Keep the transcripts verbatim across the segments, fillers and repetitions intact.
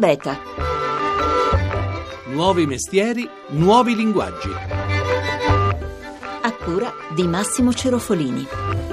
Beta. Nuovi mestieri, nuovi linguaggi. A cura di Massimo Cerofolini.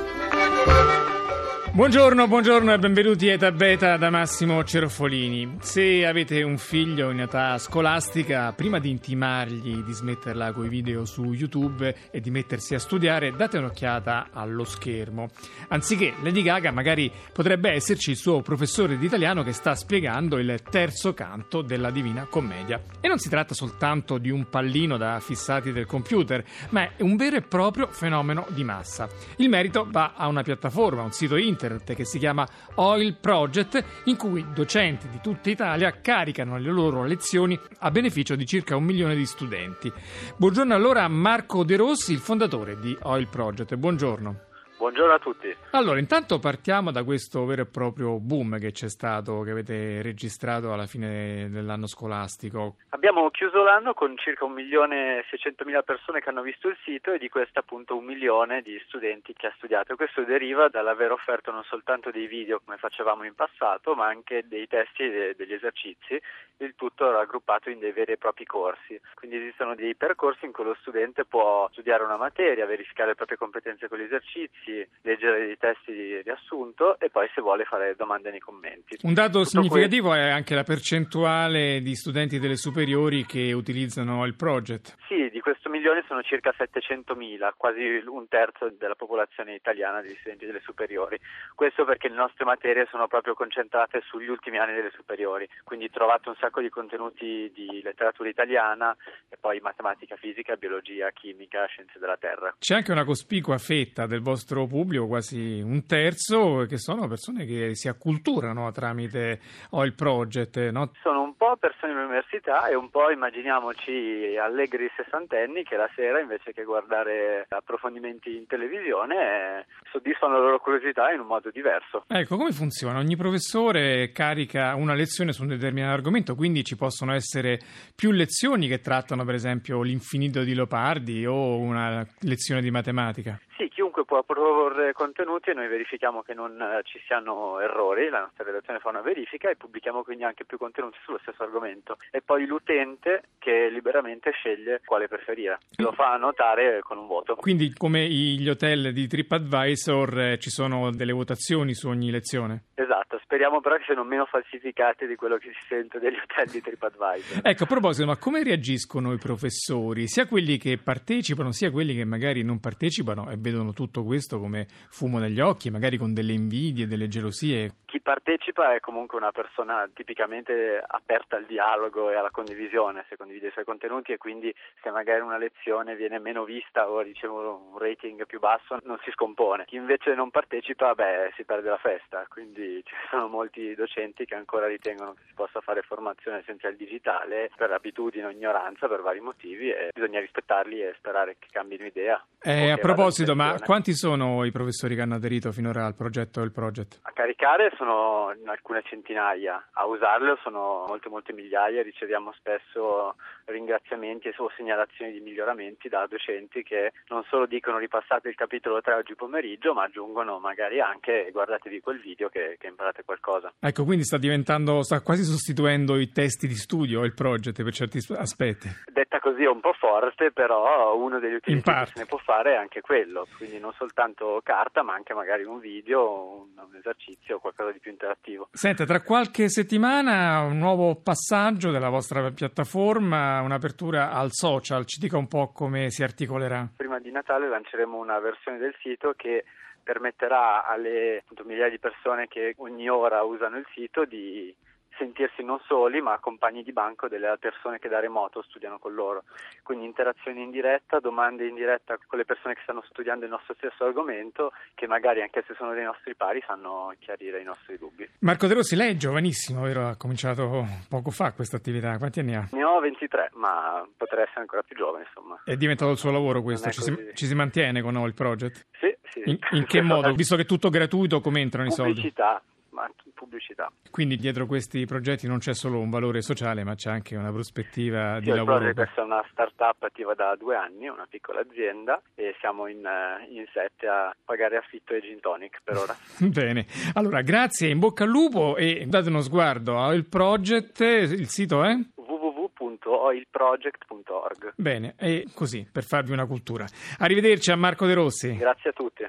Buongiorno, buongiorno e benvenuti a Eta Beta da Massimo Cerofolini. Se avete un figlio in età scolastica, prima di intimargli di smetterla coi video su YouTube e di mettersi a studiare, date un'occhiata allo schermo. Anziché Lady Gaga, magari potrebbe esserci il suo professore di italiano che sta spiegando il terzo canto della Divina Commedia. E non si tratta soltanto di un pallino da fissati del computer, ma è un vero e proprio fenomeno di massa. Il merito va a una piattaforma, un sito internet che si chiama Oil Project, in cui docenti di tutta Italia caricano le loro lezioni a beneficio di circa un milione di studenti. Buongiorno allora a Marco De Rossi, il fondatore di Oil Project. Buongiorno. Buongiorno a tutti. Allora, intanto partiamo da questo vero e proprio boom che c'è stato, che avete registrato alla fine dell'anno scolastico. Abbiamo chiuso l'anno con circa un milione e seicentomila persone che hanno visto il sito e di queste appunto un milione di studenti che ha studiato. Questo deriva dall'aver offerto non soltanto dei video come facevamo in passato, ma anche dei testi e degli esercizi, il tutto raggruppato in dei veri e propri corsi. Quindi esistono dei percorsi in cui lo studente può studiare una materia, verificare le proprie competenze con gli esercizi, leggere dei testi di riassunto e poi se vuole fare domande nei commenti. Un dato Tutto significativo questo è anche la percentuale di studenti delle superiori che utilizzano il project. Sì, di questo milione sono circa settecentomila, quasi un terzo della popolazione italiana degli studenti delle superiori. Questo perché le nostre materie sono proprio concentrate sugli ultimi anni delle superiori, quindi trovate un sacco di contenuti di letteratura italiana e poi matematica, fisica, biologia, chimica, scienze della terra. C'è anche una cospicua fetta del vostro pubblico, quasi un terzo, che sono persone che si acculturano tramite Oil Project, no? Sono un po' persone dell'università e un po', immaginiamoci, allegri sessantenni che la sera, invece che guardare approfondimenti in televisione, soddisfano la loro curiosità in un modo diverso. Ecco, come funziona? Ogni professore carica una lezione su un determinato argomento, quindi ci possono essere più lezioni che trattano, per esempio, l'infinito di Leopardi o una lezione di matematica. Sì, chiunque può proporre contenuti e noi verifichiamo che non eh, ci siano errori, la nostra redazione fa una verifica e pubblichiamo quindi anche più contenuti sullo stesso argomento. E poi l'utente che liberamente sceglie quale preferire, lo fa annotare con un voto. Quindi come gli hotel di TripAdvisor eh, ci sono delle votazioni su ogni lezione? Esatto, speriamo però che siano meno falsificati di quello che si sente degli hotel di TripAdvisor. Ecco, a proposito, ma come reagiscono i professori? Sia quelli che partecipano, sia quelli che magari non partecipano e vedono tutto questo come fumo negli occhi, magari con delle invidie, delle gelosie. Chi partecipa è comunque una persona tipicamente aperta al dialogo e alla condivisione, se condivide i suoi contenuti, e quindi se magari una lezione viene meno vista o riceve un rating più basso non si scompone. Chi invece non partecipa, beh, si perde la festa, quindi ci sono molti docenti che ancora ritengono che si possa fare formazione senza il digitale per abitudine o ignoranza, per vari motivi, e bisogna rispettarli e sperare che cambino idea. Eh, a proposito, ma quanti sono i professori che hanno aderito finora al progetto del project? A caricare sono alcune centinaia, a usarlo sono molte molte migliaia. Riceviamo spesso ringraziamenti o segnalazioni di miglioramenti da docenti che non solo dicono ripassate il capitolo tre oggi pomeriggio, ma aggiungono magari anche guardatevi quel video che, che imparate qualcosa. Ecco, quindi sta diventando, sta quasi sostituendo i testi di studio il project per certi aspetti. Detta così è un po' forte, però uno degli utilizzi che se ne può fare è anche quello, quindi non soltanto carta ma anche magari un video, un, un esercizio o qualcosa di più interattivo. Senta, tra qualche settimana un nuovo passaggio della vostra piattaforma, un'apertura al social, ci dica un po' come si articolerà. Prima di Natale lanceremo una versione del sito che permetterà alle appunto, migliaia di persone che ogni ora usano il sito di sentirsi non soli ma compagni di banco delle persone che da remoto studiano con loro, quindi interazioni in diretta, domande in diretta con le persone che stanno studiando il nostro stesso argomento, che magari anche se sono dei nostri pari sanno chiarire i nostri dubbi. Marco De Rossi, lei è giovanissimo, vero? Ha cominciato poco fa questa attività, quanti anni ha? Ne ho ventitré, ma potrei essere ancora più giovane, insomma. È diventato il suo lavoro questo? Ci si, ci si mantiene con il project? Sì, sì. In, in che modo? Visto che è tutto gratuito, come entrano i soldi? Pubblicità. Ma pubblicità. Quindi dietro questi progetti non c'è solo un valore sociale, ma c'è anche una prospettiva sì, di lavoro. Project, questa è una startup attiva da due anni, una piccola azienda, e siamo in, in sette a pagare affitto e gin tonic per ora. Bene, allora grazie, in bocca al lupo e date uno sguardo a Oil Project, il sito è? w w w punto oil project punto org. Bene, e così, per farvi una cultura. Arrivederci a Marco De Rossi. Grazie a tutti.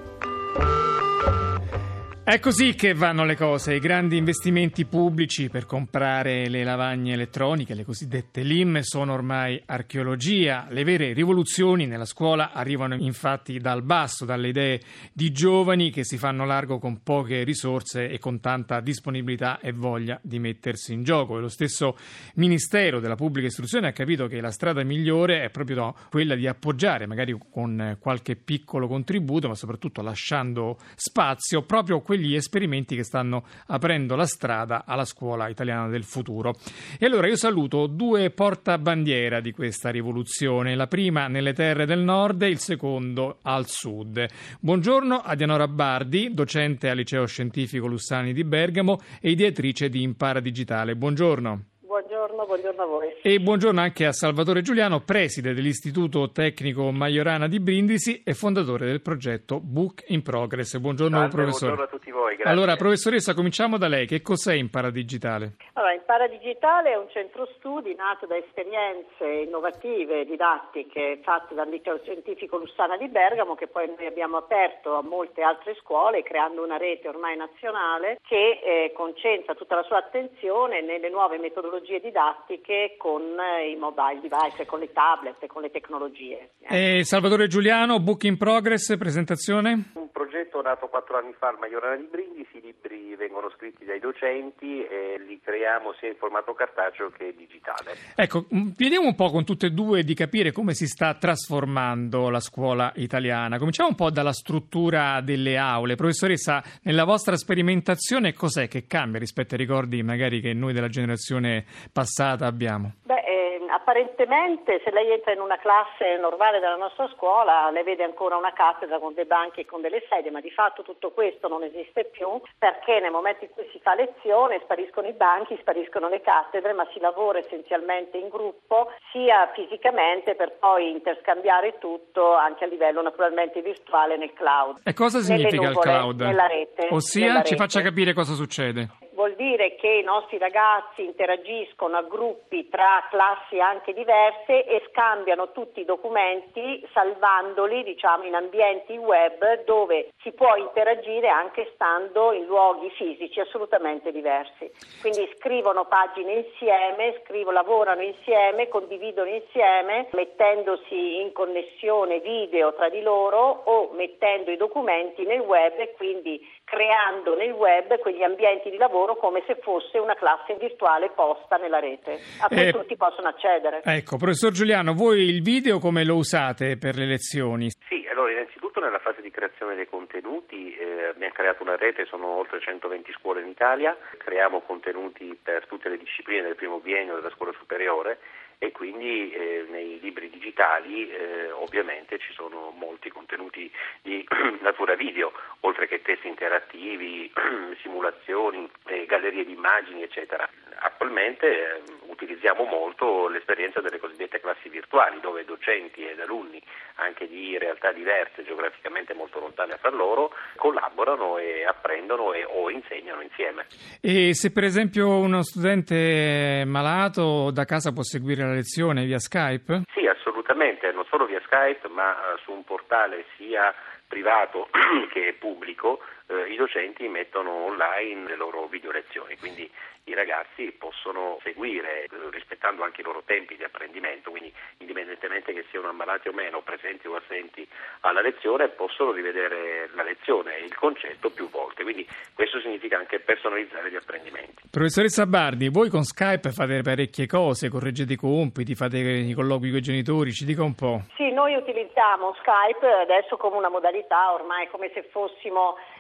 È così che vanno le cose, i grandi investimenti pubblici per comprare le lavagne elettroniche, le cosiddette L I M, sono ormai archeologia. Le vere rivoluzioni nella scuola arrivano infatti dal basso, dalle idee di giovani che si fanno largo con poche risorse e con tanta disponibilità e voglia di mettersi in gioco. E lo stesso Ministero della Pubblica Istruzione ha capito che la strada migliore è proprio quella di appoggiare, magari con qualche piccolo contributo, ma soprattutto lasciando spazio proprio a quegli esperimenti che stanno aprendo la strada alla scuola italiana del futuro. E allora io saluto due portabandiera di questa rivoluzione, la prima nelle terre del nord e il secondo al sud. Buongiorno a Dianora Bardi, docente al Liceo Scientifico Lussani di Bergamo e ideatrice di Impara Digitale. Buongiorno. Buongiorno, buongiorno a voi. E buongiorno anche a Salvatore Giuliano, preside dell'Istituto Tecnico Majorana di Brindisi e fondatore del progetto Book in Progress. Buongiorno Salve, professore. Buongiorno a tutti voi, grazie. Allora professoressa, cominciamo da lei. Che cos'è Impara Digitale? Allora, Impara Digitale è un centro studi nato da esperienze innovative, didattiche fatte dal Liceo Scientifico Lussana di Bergamo, che poi noi abbiamo aperto a molte altre scuole, creando una rete ormai nazionale che eh, concentra tutta la sua attenzione nelle nuove metodologie didattiche con i mobile device, con le tablet, con le tecnologie. Eh. E Salvatore Giuliano, Book in Progress, presentazione? Un progetto nato quattro anni fa al Majorana di Brindisi, i libri vengono scritti dai docenti e li creiamo sia in formato cartaceo che digitale. Ecco, vediamo un po' con tutte e due di capire come si sta trasformando la scuola italiana. Cominciamo un po' dalla struttura delle aule. Professoressa, nella vostra sperimentazione cos'è che cambia rispetto ai ricordi magari che noi della generazione passata abbiamo? Beh, eh, apparentemente se lei entra in una classe normale della nostra scuola le vede ancora una cattedra con dei banchi e con delle sedie, ma di fatto tutto questo non esiste più, perché nel momento in cui si fa lezione spariscono i banchi, spariscono le cattedre, ma si lavora essenzialmente in gruppo, sia fisicamente per poi interscambiare tutto anche a livello naturalmente virtuale nel cloud. E cosa significa nuvole, il cloud? Nella rete. Ossia, nella ci rete. faccia capire cosa succede. Vuol dire che i nostri ragazzi interagiscono a gruppi tra classi anche diverse e scambiano tutti i documenti salvandoli, diciamo, in ambienti web dove si può interagire anche stando in luoghi fisici assolutamente diversi. Quindi scrivono pagine insieme, scrivono, lavorano insieme, condividono insieme, mettendosi in connessione video tra di loro o mettendo i documenti nel web e quindi creando nel web quegli ambienti di lavoro come se fosse una classe virtuale posta nella rete, a cui eh, tutti possono accedere. Ecco, professor Giuliano, voi il video come lo usate per le lezioni? Sì, allora innanzitutto nella fase di creazione dei contenuti eh, abbiamo creato una rete, sono oltre centoventi scuole in Italia, creiamo contenuti per tutte le discipline del primo biennio della scuola superiore e quindi eh, nei libri digitali eh, ovviamente ci sono molti contenuti di natura video, oltre che testi interattivi, simulazioni, eh, gallerie di immagini, eccetera. Attualmente eh, utilizziamo molto l'esperienza delle cosiddette classi virtuali, dove docenti ed alunni, anche di realtà diverse, geograficamente molto lontane fra loro, collaborano e apprendono e, o insegnano insieme. E se per esempio uno studente è malato, da casa può seguire la lezione via Skype? Sì, assolutamente, non solo via Skype, ma uh, su un portale sia privato che pubblico, eh, i docenti mettono online le loro video lezioni, quindi i ragazzi possono seguire, eh, rispettando anche i loro tempi di apprendimento, quindi indipendentemente che siano ammalati o meno, presenti o assenti alla lezione, possono rivedere la lezione e il concetto più volte, quindi questo significa anche personalizzare gli apprendimenti. Professoressa Bardi, voi con Skype fate parecchie cose, correggete i compiti, fate i colloqui con i genitori, ci dica un po'. Sì, noi utilizziamo Skype adesso come una modalità ormai come se fossimo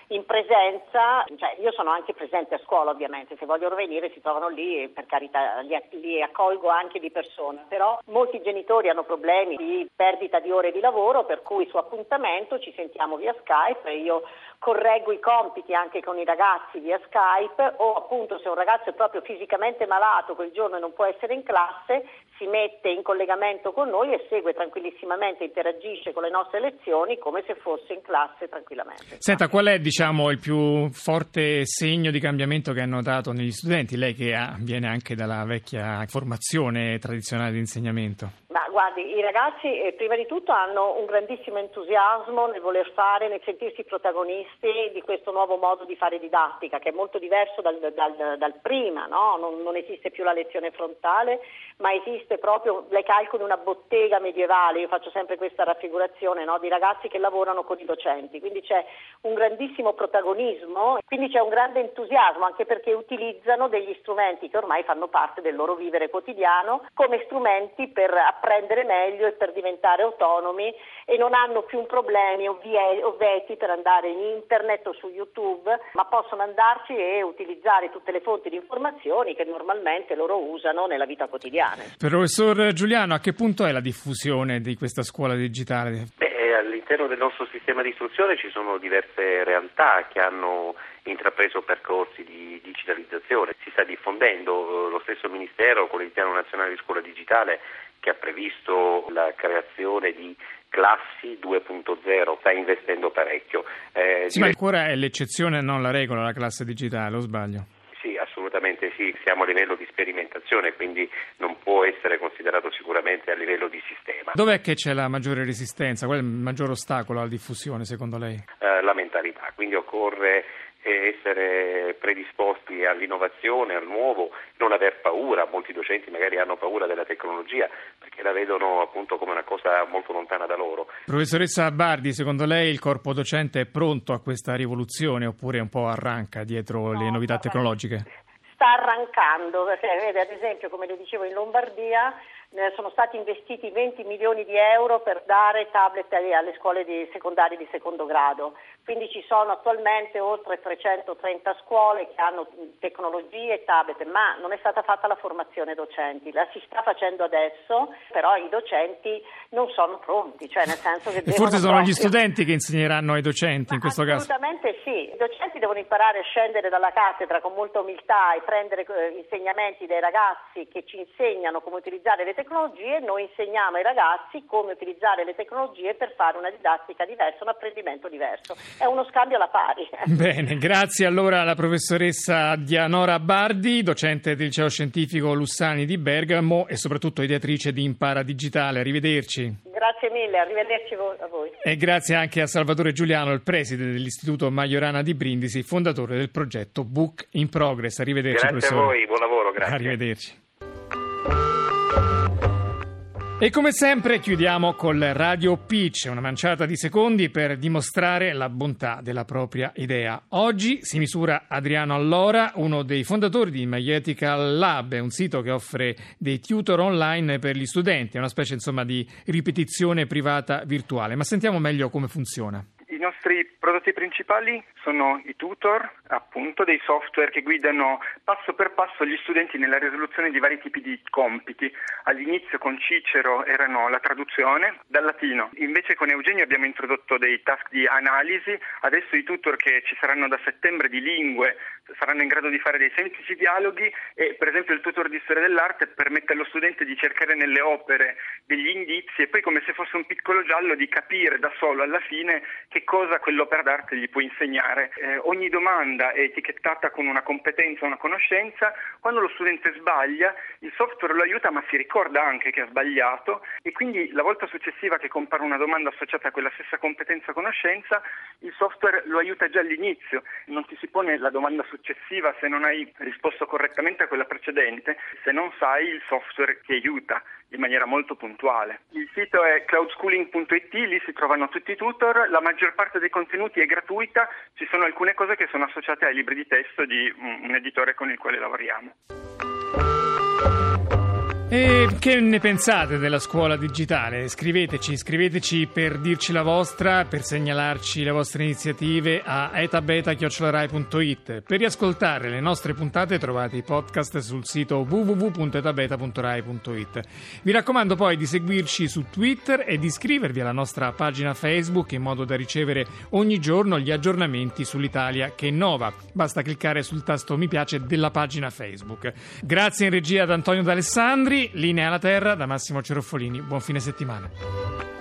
in presenza, cioè io sono anche presente a scuola ovviamente, se vogliono venire si trovano lì, per carità li, li accolgo anche di persona, però molti genitori hanno problemi di perdita di ore di lavoro, per cui su appuntamento ci sentiamo via Skype e io correggo i compiti anche con i ragazzi via Skype, o appunto se un ragazzo è proprio fisicamente malato quel giorno e non può essere in classe si mette in collegamento con noi e segue tranquillissimamente, interagisce con le nostre lezioni come se fosse in classe tranquillamente. Senta, qual è diciamo il più forte segno di cambiamento che ha notato negli studenti? Lei che ha, viene anche dalla vecchia formazione tradizionale di insegnamento. Ma guardi, i ragazzi eh, prima di tutto hanno un grandissimo entusiasmo nel voler fare, nel sentirsi protagonisti di questo nuovo modo di fare didattica, che è molto diverso dal, dal, dal prima, no? Non, non esiste più la lezione frontale, ma esiste proprio, lei calcoli una bottega medievale, io faccio sempre questa raffigurazione, no? Di ragazzi che lavorano con i docenti, quindi c'è un grandissimo protagonismo, quindi c'è un grande entusiasmo, anche perché utilizzano degli strumenti che ormai fanno parte del loro vivere quotidiano come strumenti per apprendere meglio e per diventare autonomi, e non hanno più problemi o, vie, o veti per andare in internet o su YouTube, ma possono andarci e utilizzare tutte le fonti di informazioni che normalmente loro usano nella vita quotidiana. Professor Giuliano, a che punto è la diffusione di questa scuola digitale? Beh, all'interno del nostro sistema di istruzione ci sono diverse realtà che hanno intrapreso percorsi di digitalizzazione. Si sta diffondendo, lo stesso Ministero con il Piano Nazionale di Scuola Digitale che ha previsto la creazione di classi due punto zero, sta investendo parecchio. Eh, sì, ma ancora è l'eccezione e non la regola la classe digitale, o sbaglio? Sì, assolutamente sì, siamo a livello di sperimentazione, quindi non può essere considerato sicuramente a livello di sistema. Dov'è che c'è la maggiore resistenza? Qual è il maggior ostacolo alla diffusione, secondo lei? Eh, la mentalità, quindi occorre essere predisposti all'innovazione, al nuovo, non aver paura. Molti docenti magari hanno paura della tecnologia perché la vedono appunto come una cosa molto lontana da loro. Professoressa Bardi, secondo lei il corpo docente è pronto a questa rivoluzione oppure un po' arranca dietro no, le novità vabbè. tecnologiche? Sta arrancando, perché vede ad esempio, come le dicevo, in Lombardia sono stati investiti venti milioni di euro per dare tablet alle scuole di secondarie di secondo grado, quindi ci sono attualmente oltre trecentotrenta scuole che hanno tecnologie e tablet, ma non è stata fatta la formazione docenti, la si sta facendo adesso, però i docenti non sono pronti, cioè nel senso che e forse sono proprio... gli studenti che insegneranno ai docenti in ma questo assolutamente caso. Sì, i docenti devono imparare a scendere dalla cattedra con molta umiltà e prendere eh, insegnamenti dai ragazzi che ci insegnano come utilizzare le tecnologie, noi insegniamo ai ragazzi come utilizzare le tecnologie per fare una didattica diversa, un apprendimento diverso. È uno scambio alla pari. Bene, grazie allora alla professoressa Dianora Bardi, docente del liceo scientifico Lussani di Bergamo e soprattutto ideatrice di Impara Digitale. Arrivederci. Grazie mille, arrivederci a voi. E grazie anche a Salvatore Giuliano, il preside dell'Istituto Majorana di Brindisi, fondatore del progetto Book in Progress. Arrivederci, grazie professore. Grazie a voi, buon lavoro, grazie. Arrivederci. E come sempre chiudiamo col Radio Pitch, una manciata di secondi per dimostrare la bontà della propria idea. Oggi si misura Adriano Allora, uno dei fondatori di Myethical Lab, è un sito che offre dei tutor online per gli studenti, è una specie insomma di ripetizione privata virtuale. Ma sentiamo meglio come funziona. I nostri prodotti principali sono i tutor, appunto, dei software che guidano passo per passo gli studenti nella risoluzione di vari tipi di compiti. All'inizio con Cicero erano la traduzione dal latino, invece con Eugenio abbiamo introdotto dei task di analisi, adesso i tutor che ci saranno da settembre di lingue saranno in grado di fare dei semplici dialoghi e per esempio il tutor di storia dell'arte permette allo studente di cercare nelle opere degli indizi e poi come se fosse un piccolo giallo di capire da solo alla fine che cosa quell'opera d'arte gli può insegnare. Eh, ogni domanda è etichettata con una competenza, una conoscenza. Quando lo studente sbaglia, il software lo aiuta, ma si ricorda anche che ha sbagliato e quindi la volta successiva che compare una domanda associata a quella stessa competenza o conoscenza, il software lo aiuta già all'inizio. Non ti si pone la domanda successiva se non hai risposto correttamente a quella precedente, se non sai il software ti aiuta in maniera molto puntuale. Il sito è cloud schooling punto it, lì si trovano tutti i tutor, la maggior parte dei contenuti è gratuita, ci sono alcune cose che sono associate ai libri di testo di un editore con il quale lavoriamo. E che ne pensate della scuola digitale? Scriveteci, scriveteci per dirci la vostra, per segnalarci le vostre iniziative a etabeta chiocciola rai punto it. Per riascoltare le nostre puntate trovate i podcast sul sito w w w punto etabeta punto rai punto it. Vi raccomando poi di seguirci su Twitter e di iscrivervi alla nostra pagina Facebook in modo da ricevere ogni giorno gli aggiornamenti sull'Italia che innova. Basta cliccare sul tasto mi piace della pagina Facebook. Grazie in regia ad Antonio D'Alessandri. Linea alla Terra da Massimo Cerofolini. Buon fine settimana.